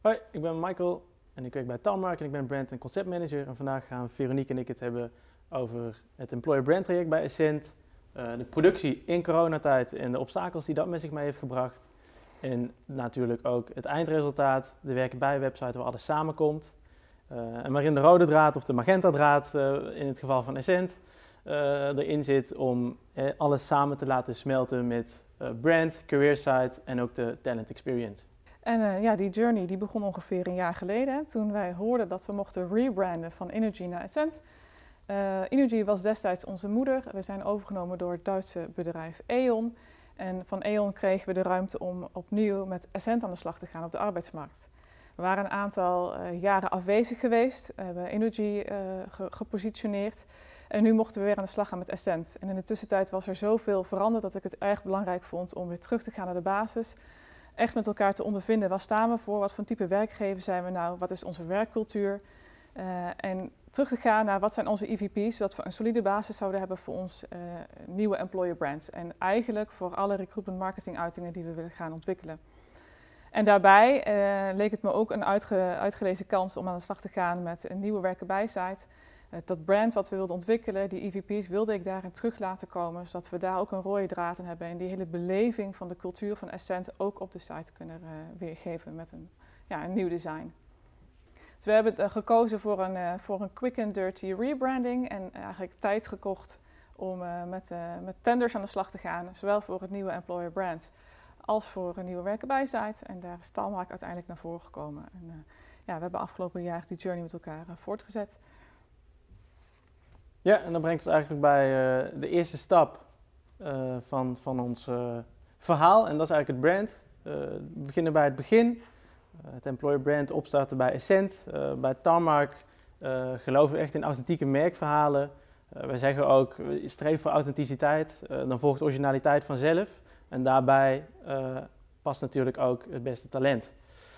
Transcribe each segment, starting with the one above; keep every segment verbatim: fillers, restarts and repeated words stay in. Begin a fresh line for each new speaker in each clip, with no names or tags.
Hoi, ik ben Michael en ik werk bij Talmark en ik ben brand en concept manager. En vandaag gaan Veronique en ik het hebben over het employer brand traject bij Essent, uh, de productie in coronatijd en de obstakels die dat met zich mee heeft gebracht. En natuurlijk ook het eindresultaat, de werken bij website waar alles samenkomt. Uh, en waarin de rode draad of de magenta draad uh, in het geval van Essent uh, erin zit om eh, alles samen te laten smelten met uh, brand, career site en ook de talent experience.
En uh, ja, die journey die begon ongeveer een jaar geleden, toen wij hoorden dat we mochten rebranden van Innogy naar Essent. Uh, Innogy was destijds onze moeder. We zijn overgenomen door het Duitse bedrijf E.ON. En van E.ON kregen we de ruimte om opnieuw met Essent aan de slag te gaan op de arbeidsmarkt. We waren een aantal uh, jaren afwezig geweest, we hebben Innogy uh, ge gepositioneerd. En nu mochten we weer aan de slag gaan met Essent. En in de tussentijd was er zoveel veranderd dat ik het erg belangrijk vond om weer terug te gaan naar de basis. Echt met elkaar te ondervinden, waar staan we voor, wat voor type werkgever zijn we nou, wat is onze werkcultuur. Uh, en terug te gaan naar wat zijn onze E V P's, zodat we een solide basis zouden hebben voor ons uh, nieuwe employer brands. En eigenlijk voor alle recruitment marketing uitingen die we willen gaan ontwikkelen. En daarbij uh, leek het me ook een uitge uitgelezen kans om aan de slag te gaan met een nieuwe werken bij site. Uh, dat brand wat we wilden ontwikkelen, die E V P's, wilde ik daarin terug laten komen, zodat we daar ook een rode draad in hebben en die hele beleving van de cultuur van Essent ook op de site kunnen uh, weergeven met een, ja, een nieuw design. Dus we hebben uh, gekozen voor een, uh, voor een quick and dirty rebranding en eigenlijk tijd gekocht om uh, met, uh, met tenders aan de slag te gaan, zowel voor het nieuwe employer brand als voor een nieuwe werken bij site. En daar is Talmark uiteindelijk naar voren gekomen. En, uh, ja, we hebben afgelopen jaar die journey met elkaar uh, voortgezet.
Ja, en dat brengt ons eigenlijk bij uh, de eerste stap uh, van, van ons uh, verhaal. En dat is eigenlijk het brand. Uh, we beginnen bij het begin. Uh, het employer brand opstarten bij Essent. Uh, bij Talmark uh, geloven we echt in authentieke merkverhalen. Uh, wij zeggen ook, we streven voor authenticiteit. Uh, dan volgt originaliteit vanzelf. En daarbij uh, past natuurlijk ook het beste talent.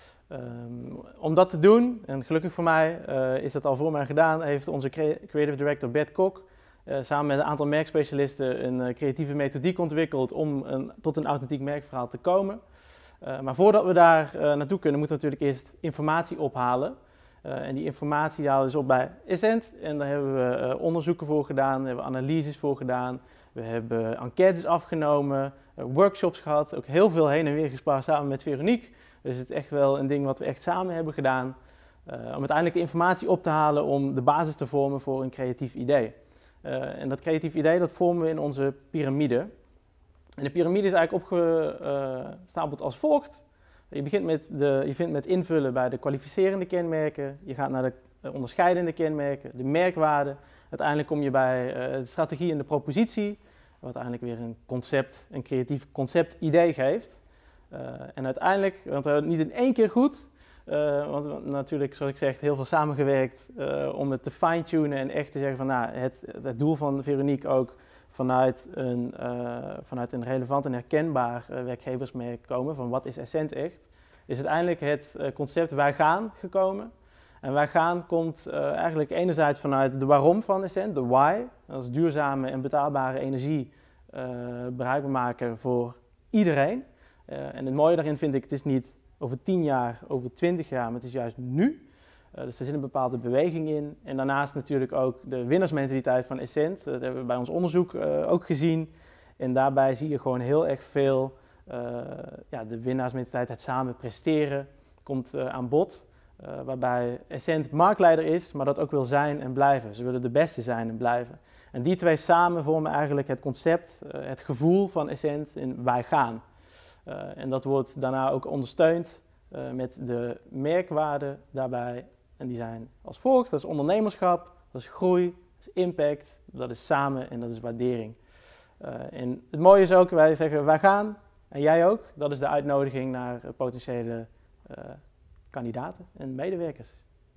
Um, om dat te doen, en gelukkig voor mij uh, is dat al voor mij gedaan, heeft onze creative director Bert Kok uh, samen met een aantal merkspecialisten een uh, creatieve methodiek ontwikkeld om een, tot een authentiek merkverhaal te komen. Uh, maar voordat we daar uh, naartoe kunnen, moeten we natuurlijk eerst informatie ophalen. Uh, en die informatie halen we dus op bij Essent en daar hebben we uh, onderzoeken voor gedaan, daar hebben we analyses voor gedaan. We hebben enquêtes afgenomen, uh, workshops gehad, ook heel veel heen en weer gespaard samen met Veronique. Dus het is echt wel een ding wat we echt samen hebben gedaan uh, om uiteindelijk de informatie op te halen om de basis te vormen voor een creatief idee. Uh, en dat creatief idee dat vormen we in onze piramide. En de piramide is eigenlijk opgestapeld uh, als volgt. Je begint met, de, je vindt met invullen bij de kwalificerende kenmerken, je gaat naar de onderscheidende kenmerken, de merkwaarden. Uiteindelijk kom je bij uh, de strategie en de propositie, wat eigenlijk weer een concept, een creatief concept-idee geeft. Uh, en uiteindelijk, want we hebben het niet in één keer goed, uh, want we natuurlijk, zoals ik zeg, heel veel samengewerkt uh, om het te fine-tunen en echt te zeggen van nou, het, het doel van Veronique ook vanuit een, uh, vanuit een relevant en herkenbaar uh, werkgeversmerk komen van wat is Essent echt, is uiteindelijk het uh, concept wij gaan gekomen. En wij gaan komt uh, eigenlijk enerzijds vanuit de waarom van Essent, de why, dat is duurzame en betaalbare energie uh, bereikbaar maken voor iedereen. Uh, en het mooie daarin vind ik, het is niet over tien jaar, over twintig jaar, maar het is juist nu. Uh, dus er zit een bepaalde beweging in. En daarnaast natuurlijk ook de winnaarsmentaliteit van Essent. Dat hebben we bij ons onderzoek uh, ook gezien. En daarbij zie je gewoon heel erg veel, uh, ja, de winnaarsmentaliteit, het samen presteren, komt uh, aan bod. Uh, waarbij Essent marktleider is, maar dat ook wil zijn en blijven. Ze willen de beste zijn en blijven. En die twee samen vormen eigenlijk het concept, uh, het gevoel van Essent in wij gaan. Uh, en dat wordt daarna ook ondersteund uh, met de merkwaarden daarbij. En die zijn als volgt, dat is ondernemerschap, dat is groei, dat is impact, dat is samen en dat is waardering. Uh, en het mooie is ook, wij zeggen wij gaan en jij ook. Dat is de uitnodiging naar uh, potentiële uh, kandidaten en medewerkers.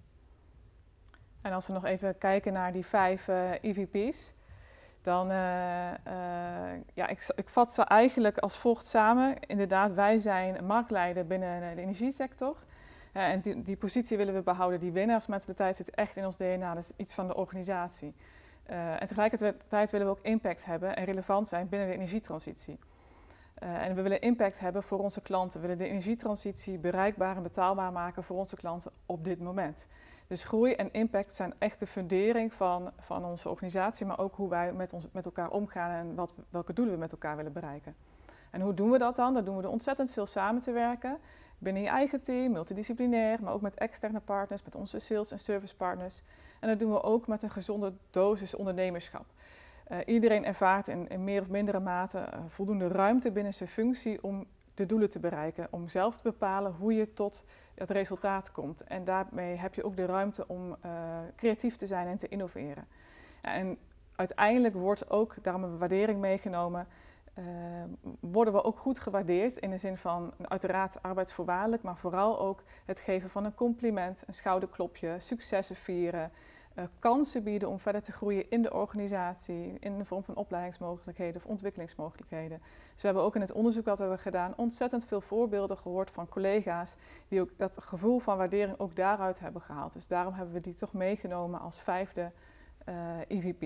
En als we nog even kijken naar die vijf uh, E V P's. Dan, uh, uh, ja, ik, ik vat ze eigenlijk als volgt samen. Inderdaad, wij zijn marktleider binnen de energiesector. Uh, en die, die positie willen we behouden. Die winnaarsmentaliteit zit echt in ons D N A, dat is iets van de organisatie. Uh, en tegelijkertijd willen we ook impact hebben en relevant zijn binnen de energietransitie. Uh, en we willen impact hebben voor onze klanten. We willen de energietransitie bereikbaar en betaalbaar maken voor onze klanten op dit moment. Dus groei en impact zijn echt de fundering van, van onze organisatie, maar ook hoe wij met, ons, met elkaar omgaan en wat, welke doelen we met elkaar willen bereiken. En hoe doen we dat dan? Dat doen we door ontzettend veel samen te werken. Binnen je eigen team, multidisciplinair, maar ook met externe partners, met onze sales- en servicepartners. En dat doen we ook met een gezonde dosis ondernemerschap. Uh, iedereen ervaart in, in meer of mindere mate uh, voldoende ruimte binnen zijn functie om de doelen te bereiken. Om zelf te bepalen hoe je tot het resultaat komt. En daarmee heb je ook de ruimte om uh, creatief te zijn en te innoveren. Ja, en uiteindelijk wordt ook, daarom hebben we waardering meegenomen, uh, worden we ook goed gewaardeerd in de zin van uiteraard arbeidsvoorwaardelijk, maar vooral ook het geven van een compliment, een schouderklopje, successen vieren. Uh, kansen bieden om verder te groeien in de organisatie, in de vorm van opleidingsmogelijkheden of ontwikkelingsmogelijkheden. Dus we hebben ook in het onderzoek dat we hebben gedaan ontzettend veel voorbeelden gehoord van collega's die ook dat gevoel van waardering ook daaruit hebben gehaald. Dus daarom hebben we die toch meegenomen als vijfde uh, E V P.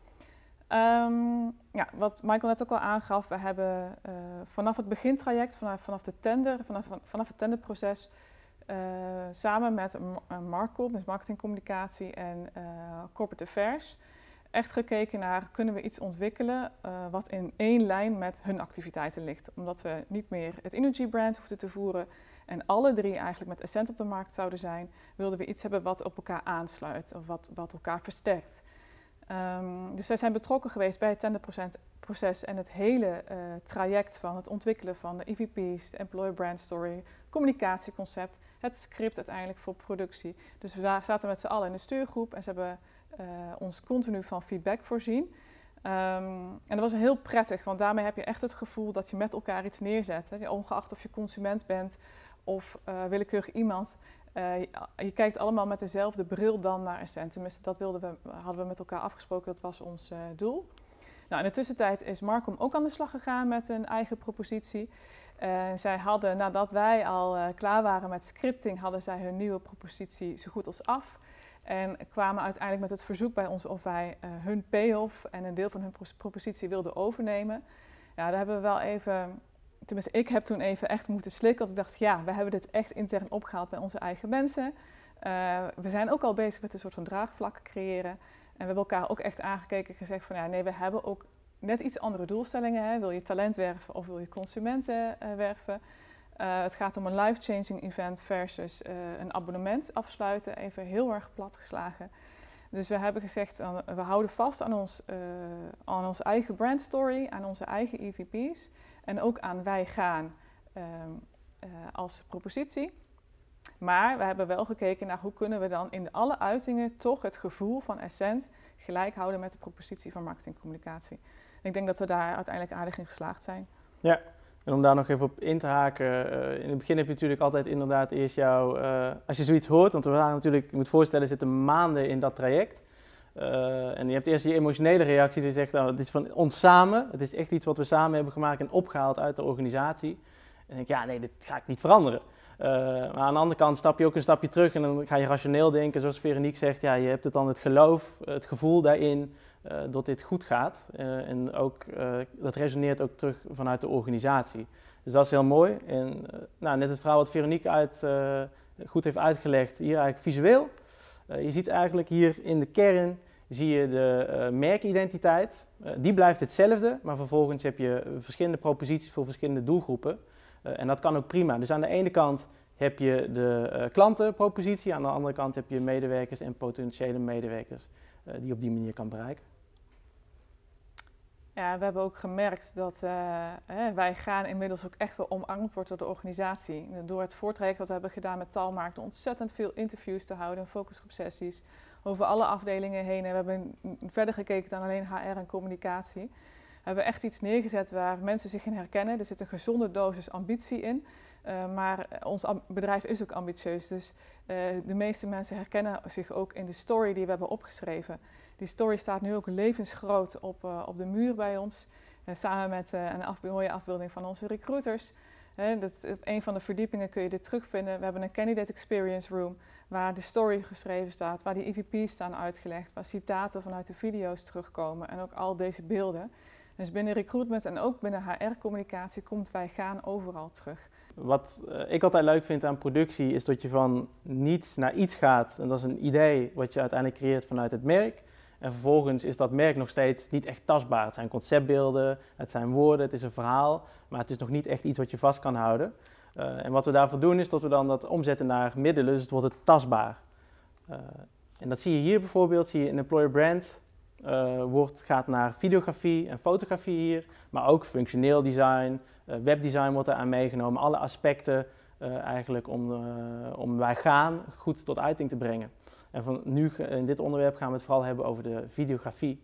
Um, ja, wat Michael net ook al aangaf, we hebben uh, vanaf het begintraject, vanaf, vanaf, de tender, vanaf, vanaf het tenderproces, Uh, samen met uh, Marcom, dus marketingcommunicatie en uh, corporate affairs, echt gekeken naar kunnen we iets ontwikkelen uh, wat in één lijn met hun activiteiten ligt. Omdat we niet meer het Energy brand hoefden te voeren en alle drie eigenlijk met Essent op de markt zouden zijn, wilden we iets hebben wat op elkaar aansluit of wat, wat elkaar versterkt. Um, dus zij zijn betrokken geweest bij het tenderproces en het hele uh, traject van het ontwikkelen van de E V P's, de Employer Brand Story, communicatieconcept, het script uiteindelijk voor productie. Dus we zaten met z'n allen in de stuurgroep en ze hebben uh, ons continu van feedback voorzien. Um, en dat was heel prettig, want daarmee heb je echt het gevoel dat je met elkaar iets neerzet. Hè. Ongeacht of je consument bent of uh, willekeurig iemand. Uh, je, je kijkt allemaal met dezelfde bril dan naar Essent. Tenminste, dat wilden we, hadden we met elkaar afgesproken, dat was ons uh, doel. Nou, in de tussentijd is Marcom ook aan de slag gegaan met een eigen propositie. Uh, zij hadden, nadat wij al uh, klaar waren met scripting, hadden zij hun nieuwe propositie zo goed als af. En kwamen uiteindelijk met het verzoek bij ons of wij uh, hun payoff en een deel van hun propositie wilden overnemen. Ja, daar hebben we wel even, tenminste ik heb toen even echt moeten slikken. Want ik dacht, ja, we hebben dit echt intern opgehaald bij onze eigen mensen. Uh, we zijn ook al bezig met een soort van draagvlak creëren. En we hebben elkaar ook echt aangekeken en gezegd van, ja, nee, we hebben ook net iets andere doelstellingen. Hè. Wil je talent werven of wil je consumenten uh, werven? Uh, het gaat om een life-changing event versus uh, een abonnement afsluiten. Even heel erg platgeslagen. Dus we hebben gezegd, uh, we houden vast aan, ons, uh, aan onze eigen brand story, aan onze eigen E V P's. En ook aan wij gaan uh, uh, als propositie. Maar we hebben wel gekeken naar hoe kunnen we dan in alle uitingen toch het gevoel van Essent gelijk houden met de propositie van marketingcommunicatie. En ik denk dat we daar uiteindelijk aardig in geslaagd zijn.
Ja, en om daar nog even op in te haken. Uh, in het begin heb je natuurlijk altijd inderdaad eerst jou, uh, als je zoiets hoort, want we waren natuurlijk, je moet voorstellen, zitten maanden in dat traject. Uh, en je hebt eerst je emotionele reactie, die zegt, nou, het is van ons samen, het is echt iets wat we samen hebben gemaakt en opgehaald uit de organisatie. En dan denk ik, ja nee, dit ga ik niet veranderen. Uh, maar aan de andere kant stap je ook een stapje terug en dan ga je rationeel denken, zoals Veronique zegt, ja, je hebt het dan het geloof, het gevoel daarin uh, dat dit goed gaat. Uh, en ook, uh, dat resoneert ook terug vanuit de organisatie. Dus dat is heel mooi. En uh, nou, net het verhaal wat Veronique uit, uh, goed heeft uitgelegd, hier eigenlijk visueel. Uh, je ziet eigenlijk hier in de kern, zie je de uh, merkidentiteit. Uh, die blijft hetzelfde, maar vervolgens heb je verschillende proposities voor verschillende doelgroepen. Uh, en dat kan ook prima. Dus aan de ene kant heb je de uh, klantenpropositie, aan de andere kant heb je medewerkers en potentiële medewerkers uh, die je op die manier kan bereiken.
Ja, we hebben ook gemerkt dat uh, hè, wij gaan inmiddels ook echt wel omarmd worden door de organisatie. Door het voortraject dat we hebben gedaan met Taalmarkt, ontzettend veel interviews te houden, focusgroepsessies over alle afdelingen heen. En we hebben verder gekeken dan alleen H R en communicatie. We hebben echt iets neergezet waar mensen zich in herkennen. Er zit een gezonde dosis ambitie in. Uh, maar ons bedrijf is ook ambitieus. Dus uh, de meeste mensen herkennen zich ook in de story die we hebben opgeschreven. Die story staat nu ook levensgroot op, uh, op de muur bij ons. Uh, samen met uh, een af, mooie afbeelding van onze recruiters. Uh, dat, op een van de verdiepingen kun je dit terugvinden. We hebben een Candidate Experience Room waar de story geschreven staat. Waar die E V P's staan uitgelegd. Waar citaten vanuit de video's terugkomen. En ook al deze beelden. Dus binnen recruitment en ook binnen H R-communicatie komt wij gaan overal terug.
Wat uh, ik altijd leuk vind aan productie is dat je van niets naar iets gaat. En dat is een idee wat je uiteindelijk creëert vanuit het merk. En vervolgens is dat merk nog steeds niet echt tastbaar. Het zijn conceptbeelden, het zijn woorden, het is een verhaal, maar het is nog niet echt iets wat je vast kan houden. Uh, en wat we daarvoor doen is dat we dan dat omzetten naar middelen, dus het wordt het tastbaar. Uh, en dat zie je hier bijvoorbeeld, zie je een employer brand uh, wordt, gaat naar videografie en fotografie hier, maar ook functioneel design, uh, webdesign wordt eraan meegenomen, alle aspecten uh, eigenlijk om, uh, om wij gaan goed tot uiting te brengen. En van nu in dit onderwerp gaan we het vooral hebben over de videografie.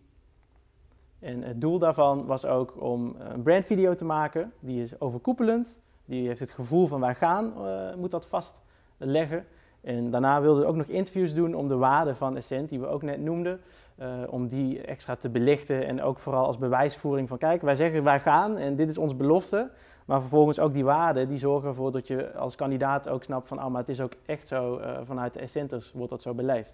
En het doel daarvan was ook om een brandvideo te maken, die is overkoepelend. Die heeft het gevoel van wij gaan, uh, moet dat vastleggen. En daarna wilden we ook nog interviews doen om de waarde van Essent, die we ook net noemden, uh, om die extra te belichten en ook vooral als bewijsvoering van kijk, wij zeggen wij gaan en dit is onze belofte. Maar vervolgens ook die waarden, die zorgen ervoor dat je als kandidaat ook snapt van, oh, maar het is ook echt zo, uh, vanuit de Essenters wordt dat zo beleefd.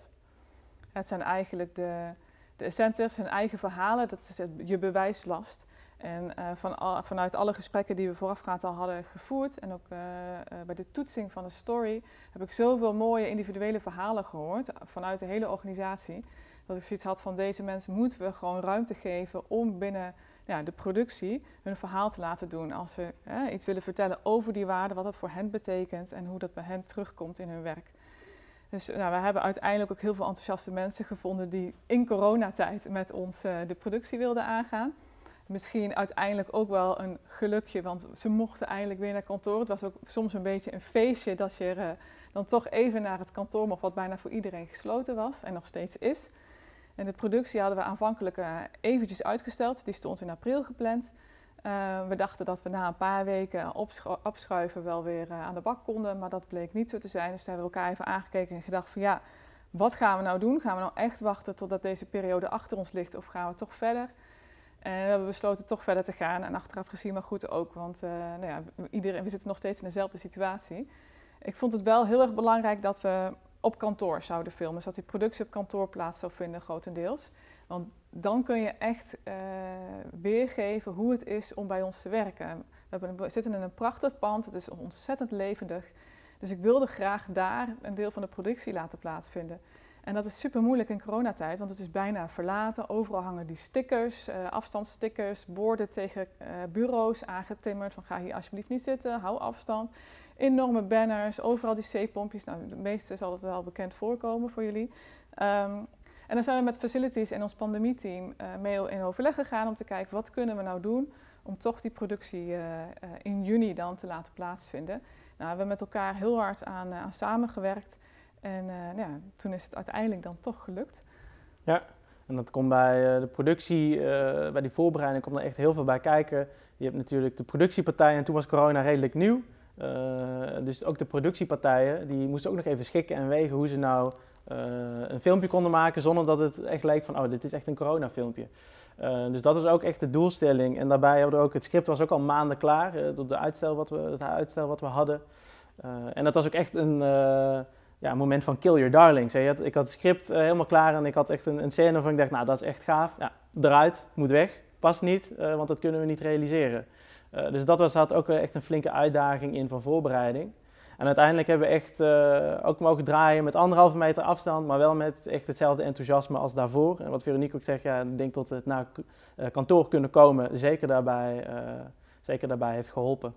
Het zijn eigenlijk de, de Essenters, hun eigen verhalen, dat is het, je bewijslast. En uh, van al, vanuit alle gesprekken die we voorafgaand al hadden gevoerd en ook uh, uh, bij de toetsing van de story, heb ik zoveel mooie individuele verhalen gehoord vanuit de hele organisatie. Dat ik zoiets had van deze mensen moeten we gewoon ruimte geven om binnen ja, de productie hun verhaal te laten doen. Als ze eh, iets willen vertellen over die waarde, wat dat voor hen betekent en hoe dat bij hen terugkomt in hun werk. Dus nou, we hebben uiteindelijk ook heel veel enthousiaste mensen gevonden die in coronatijd met ons uh, de productie wilden aangaan. Misschien uiteindelijk ook wel een gelukje, want ze mochten eindelijk weer naar kantoor. Het was ook soms een beetje een feestje dat je uh, dan toch even naar het kantoor mocht, wat bijna voor iedereen gesloten was en nog steeds is. En de productie hadden we aanvankelijk uh, eventjes uitgesteld, die stond in april gepland. Uh, we dachten dat we na een paar weken opschu- opschuiven wel weer uh, aan de bak konden, maar dat bleek niet zo te zijn. Dus daar hebben we elkaar even aangekeken en gedacht van ja, wat gaan we nou doen? Gaan we nou echt wachten totdat deze periode achter ons ligt of gaan we toch verder? En we hebben besloten toch verder te gaan en achteraf gezien maar goed ook, want uh, nou ja, iedereen, we zitten nog steeds in dezelfde situatie. Ik vond het wel heel erg belangrijk dat we op kantoor zouden filmen, zodat die productie op kantoor plaats zou vinden grotendeels. Want dan kun je echt uh, weergeven hoe het is om bij ons te werken. We, hebben, we zitten in een prachtig pand, het is ontzettend levendig. Dus ik wilde graag daar een deel van de productie laten plaatsvinden. En dat is super moeilijk in coronatijd, want het is bijna verlaten. Overal hangen die stickers, uh, afstandsstickers, borden tegen uh, bureaus aangetimmerd van ga hier alsjeblieft niet zitten, hou afstand. Enorme banners, overal die C-pompjes. Nou, de meeste zal het wel bekend voorkomen voor jullie. Um, en dan zijn we met Facilities en ons pandemieteam uh, mee in overleg gegaan om te kijken wat kunnen we nou doen om toch die productie uh, uh, in juni dan te laten plaatsvinden. Nou, we hebben met elkaar heel hard aan, uh, aan samengewerkt en uh, nou ja, toen is het uiteindelijk dan toch gelukt.
Ja, en dat komt bij uh, de productie, uh, bij die voorbereiding komt er echt heel veel bij kijken. Je hebt natuurlijk de productiepartijen en toen was corona redelijk nieuw. Uh, dus ook de productiepartijen, die moesten ook nog even schikken en wegen hoe ze nou uh, een filmpje konden maken zonder dat het echt leek van, oh, dit is echt een coronafilmpje. Uh, dus dat was ook echt de doelstelling. En daarbij hadden we ook, het script was ook al maanden klaar, uh, door de uitstel wat we, het uitstel wat we hadden. Uh, en dat was ook echt een, uh, ja, een moment van kill your darlings. Hè. Ik had het script uh, helemaal klaar en ik had echt een, een scène waarvan ik dacht, nou, dat is echt gaaf. Ja, eruit, moet weg, past niet, uh, want dat kunnen we niet realiseren. Uh, dus dat was, had ook echt een flinke uitdaging in van voorbereiding. En uiteindelijk hebben we echt uh, ook mogen draaien met anderhalve meter afstand, maar wel met echt hetzelfde enthousiasme als daarvoor. En wat Veronique ook zegt, ja, ik denk dat het naar uh, kantoor kunnen komen zeker daarbij, uh, zeker daarbij heeft geholpen.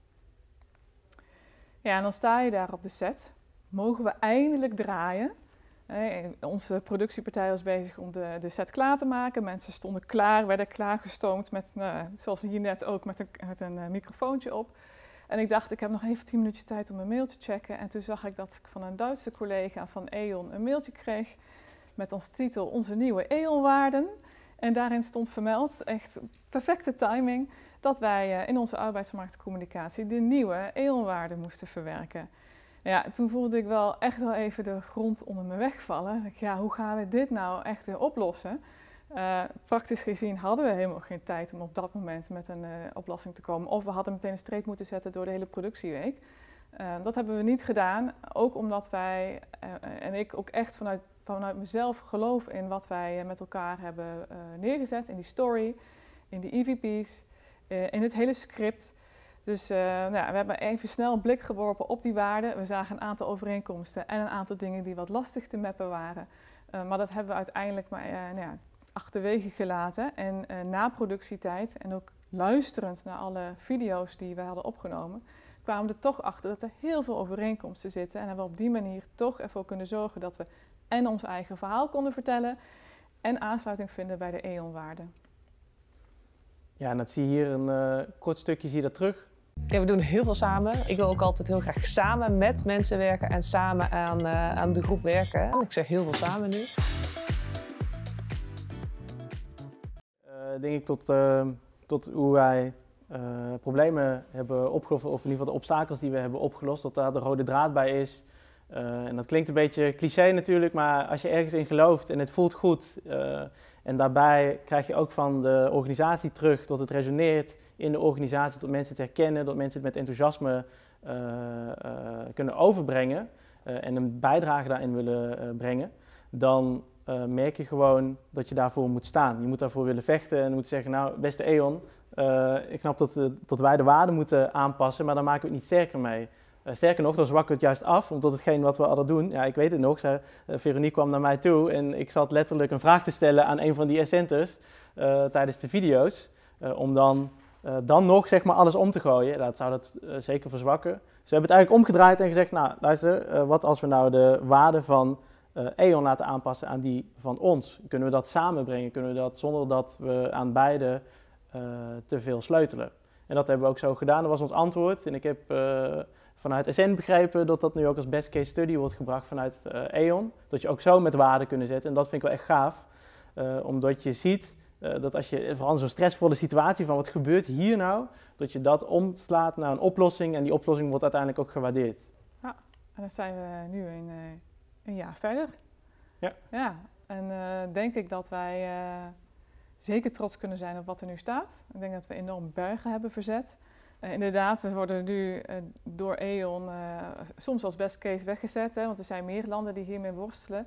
Ja, en dan sta je daar op de set. Mogen we eindelijk draaien? Hey, onze productiepartij was bezig om de, de set klaar te maken. Mensen stonden klaar, werden klaargestoomd, met, uh, zoals hier net ook, met een, met een uh, microfoontje op. En ik dacht, ik heb nog even tien minuutjes tijd om mijn mail te checken. En toen zag ik dat ik van een Duitse collega van E O N een mailtje kreeg met als titel Onze nieuwe E O N-waarden. En daarin stond vermeld, echt perfecte timing, dat wij uh, in onze arbeidsmarktcommunicatie de nieuwe E O N-waarden moesten verwerken. Ja, toen voelde ik wel echt wel even de grond onder me wegvallen. Ik, ja, hoe gaan we dit nou echt weer oplossen? Uh, praktisch gezien hadden we helemaal geen tijd om op dat moment met een uh, oplossing te komen. Of we hadden meteen een streep moeten zetten door de hele productieweek. Uh, dat hebben we niet gedaan, ook omdat wij, uh, en ik ook echt vanuit, vanuit mezelf geloof in wat wij uh, met elkaar hebben uh, neergezet in die story. in de E V P's, uh, in het hele script. Dus uh, nou, we hebben even snel een blik geworpen op die waarden. We zagen een aantal overeenkomsten en een aantal dingen die wat lastig te mappen waren. Uh, maar dat hebben we uiteindelijk maar uh, nou ja, achterwege gelaten. En uh, na productietijd en ook luisterend naar alle video's die we hadden opgenomen, kwamen we er toch achter dat er heel veel overeenkomsten zitten. En hebben we op die manier toch ervoor kunnen zorgen dat we en ons eigen verhaal konden vertellen en aansluiting vinden bij de E O N-waarden.
Ja, en dat zie je hier een uh, kort stukje, zie je dat terug.
Ja, we doen heel veel samen. Ik wil ook altijd heel graag samen met mensen werken en samen aan, uh, aan de groep werken. Ik zeg heel veel samen nu.
Uh, denk ik tot, uh, tot hoe wij uh, problemen hebben opgelost, of in ieder geval de obstakels die we hebben opgelost, dat daar de rode draad bij is. Uh, en dat klinkt een beetje cliché natuurlijk, maar als je ergens in gelooft en het voelt goed, uh, en daarbij krijg je ook van de organisatie terug dat het resoneert in de organisatie, dat mensen het herkennen, dat mensen het met enthousiasme uh, uh, kunnen overbrengen uh, en een bijdrage daarin willen uh, brengen, dan uh, merk je gewoon dat je daarvoor moet staan. Je moet daarvoor willen vechten en moet zeggen, nou beste E O N, uh, ik snap dat, uh, dat wij de waarden moeten aanpassen, maar daar maken we het niet sterker mee. Uh, sterker nog, dan zwakken we het juist af, omdat hetgeen wat we hadden doen, ja ik weet het nog, zei, uh, Veronique kwam naar mij toe en ik zat letterlijk een vraag te stellen aan een van die Essenters uh, tijdens de video's, uh, om dan, uh, dan nog zeg maar alles om te gooien. Dat zou dat uh, zeker verzwakken. Dus we hebben het eigenlijk omgedraaid en gezegd, nou luister, uh, wat als we nou de waarden van uh, E O N laten aanpassen aan die van ons? Kunnen we dat samenbrengen? Kunnen we dat zonder dat we aan beide uh, te veel sleutelen? En dat hebben we ook zo gedaan, dat was ons antwoord. En ik heb uh, vanuit Essent begrepen dat dat nu ook als best case study wordt gebracht vanuit uh, E O N. Dat je ook zo met waarden kunnen zetten en dat vind ik wel echt gaaf. Uh, omdat je ziet uh, dat als je vooral zo'n stressvolle situatie van wat gebeurt hier nou, dat je dat omslaat naar een oplossing en die oplossing wordt uiteindelijk ook gewaardeerd.
Ja, en dan zijn we nu een, uh, een jaar verder.
Ja.
Ja, en uh, denk ik dat wij uh, zeker trots kunnen zijn op wat er nu staat. Ik denk dat we enorm bergen hebben verzet. Uh, inderdaad, we worden nu uh, door E O N uh, soms als best case weggezet, hè, want er zijn meer landen die hiermee worstelen.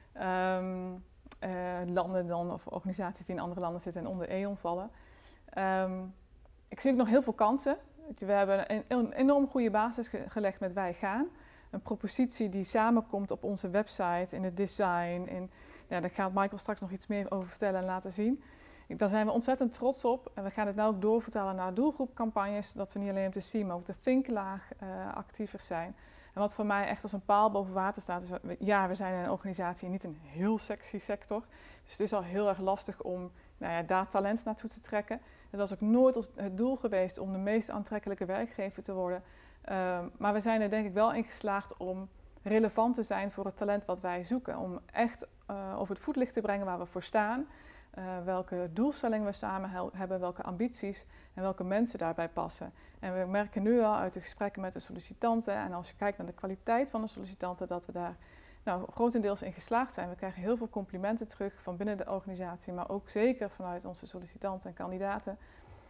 Um, uh, landen dan, of organisaties die in andere landen zitten en onder E O N vallen. Um, ik zie ook nog heel veel kansen. We hebben een, een enorm goede basis ge gelegd met Wij Gaan. Een propositie die samenkomt op onze website, in het design. In, ja, daar gaat Michael straks nog iets meer over vertellen en laten zien. Daar zijn we ontzettend trots op en we gaan het nu ook doorvertalen naar doelgroepcampagnes, zodat we niet alleen op de C, maar ook de Think-laag uh, actiever zijn. En wat voor mij echt als een paal boven water staat, is, we, ja, we zijn een organisatie, niet een heel sexy sector. Dus het is al heel erg lastig om nou ja, daar talent naartoe te trekken. Het was ook nooit het doel geweest om de meest aantrekkelijke werkgever te worden. Uh, maar we zijn er denk ik wel in geslaagd om relevant te zijn voor het talent wat wij zoeken. Om echt uh, over het voetlicht te brengen waar we voor staan. Uh, welke doelstellingen we samen hebben, welke ambities en welke mensen daarbij passen. En we merken nu al uit de gesprekken met de sollicitanten en als je kijkt naar de kwaliteit van de sollicitanten dat we daar nou, grotendeels in geslaagd zijn. We krijgen heel veel complimenten terug van binnen de organisatie, maar ook zeker vanuit onze sollicitanten en kandidaten.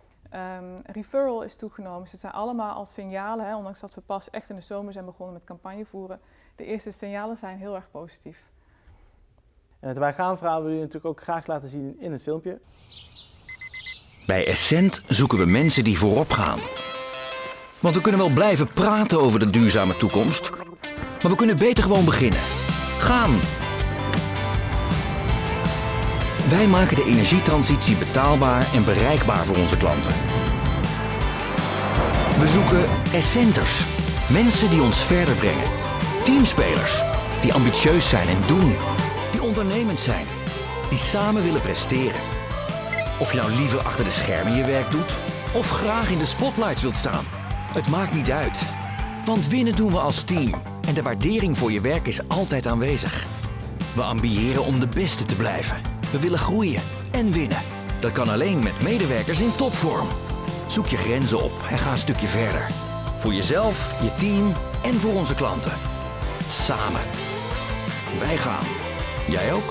Um, referral is toegenomen, dus het zijn allemaal als signalen, hè, ondanks dat we pas echt in de zomer zijn begonnen met campagne voeren. De eerste signalen zijn heel erg positief.
En het Wij Gaan verhaal willen jullie natuurlijk ook graag laten zien in het filmpje.
Bij Essent zoeken we mensen die voorop gaan. Want we kunnen wel blijven praten over de duurzame toekomst, maar we kunnen beter gewoon beginnen. Gaan! Wij maken de energietransitie betaalbaar en bereikbaar voor onze klanten. We zoeken Essenters, mensen die ons verder brengen. Teamspelers, die ambitieus zijn en doen. Die ondernemend zijn, die samen willen presteren. Of je nou liever achter de schermen je werk doet, of graag in de spotlights wilt staan. Het maakt niet uit. Want winnen doen we als team. En de waardering voor je werk is altijd aanwezig. We ambiëren om de beste te blijven. We willen groeien en winnen. Dat kan alleen met medewerkers in topvorm. Zoek je grenzen op en ga een stukje verder. Voor jezelf, je team en voor onze klanten. Samen. Wij gaan. Jij ook?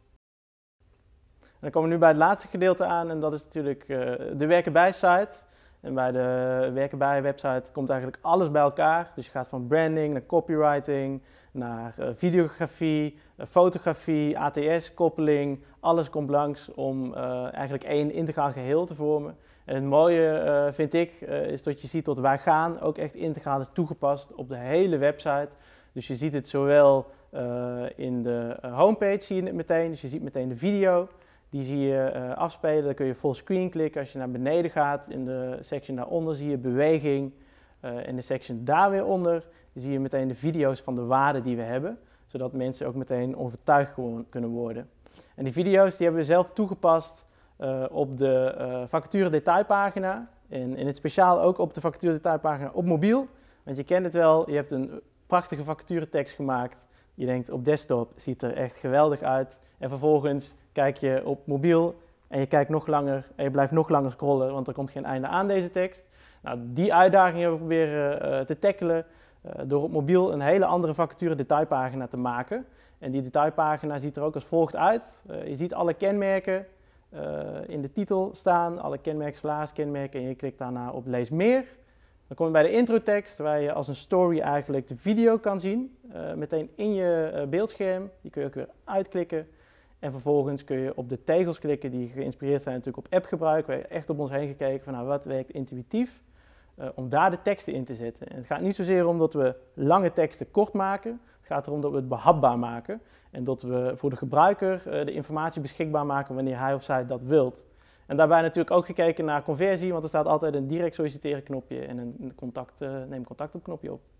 Dan komen we nu bij het laatste gedeelte aan en dat is natuurlijk uh, de werken bij site. En bij de Werken Bij website komt eigenlijk alles bij elkaar. Dus je gaat van branding naar copywriting, naar uh, videografie, uh, fotografie, A T S-koppeling. Alles komt langs om uh, eigenlijk één integraal geheel te vormen. En het mooie uh, vind ik, uh, is dat je ziet dat Wij Gaan ook echt integraal is toegepast op de hele website. Dus je ziet het zowel uh, in de uh, homepage, zie je het meteen, dus je ziet meteen de video. Die zie je uh, afspelen, dan kun je fullscreen klikken. Als je naar beneden gaat, in de section daaronder zie je beweging. Uh, in de section daar weer onder zie je meteen de video's van de waarden die we hebben. Zodat mensen ook meteen overtuigd kunnen worden. En die video's die hebben we zelf toegepast uh, op de uh, vacature detailpagina. En in het speciaal ook op de vacature detailpagina op mobiel. Want je kent het wel, je hebt een prachtige vacaturetekst gemaakt. Je denkt op desktop ziet er echt geweldig uit. En vervolgens kijk je op mobiel en je kijkt nog langer en je blijft nog langer scrollen, want er komt geen einde aan deze tekst. Nou, die uitdaging hebben we proberen uh, te tackelen uh, door op mobiel een hele andere vacature detailpagina te maken. En die detailpagina ziet er ook als volgt uit. Uh, je ziet alle kenmerken uh, in de titel staan, alle kenmerken, salariskenmerken, en je klikt daarna op lees meer. Dan kom je bij de introtekst, waar je als een story eigenlijk de video kan zien, uh, meteen in je uh, beeldscherm. Die kun je ook weer uitklikken. En vervolgens kun je op de tegels klikken die geïnspireerd zijn natuurlijk op appgebruik. We hebben echt op ons heen gekeken van nou, wat werkt intuïtief, uh, om daar de teksten in te zetten. En het gaat niet zozeer om dat we lange teksten kort maken, het gaat erom dat we het behapbaar maken. En dat we voor de gebruiker uh, de informatie beschikbaar maken wanneer hij of zij dat wilt. En daarbij natuurlijk ook gekeken naar conversie, want er staat altijd een direct solliciteren knopje en een contact, uh, neem contact op knopje op.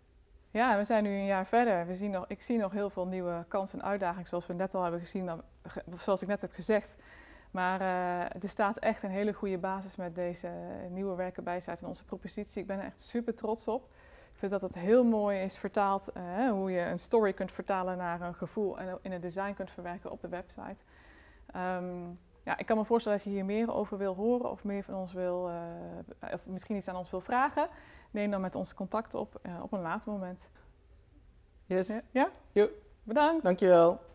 Ja, we zijn nu een jaar verder. We zien nog, ik zie nog heel veel nieuwe kansen en uitdagingen, zoals we net al hebben gezien, zoals ik net heb gezegd. Maar uh, er staat echt een hele goede basis met deze nieuwe Werken Bij site en onze propositie. Ik ben er echt super trots op. Ik vind dat het heel mooi is vertaald, uh, hoe je een story kunt vertalen naar een gevoel en in een design kunt verwerken op de website. Um, ja, ik kan me voorstellen dat je hier meer over wil horen of meer van ons wil, uh, of misschien iets aan ons wil vragen. Neem dan met ons contact op uh, op een later moment.
Yes.
Ja? Ja?
Jo.
Bedankt.
Dankjewel.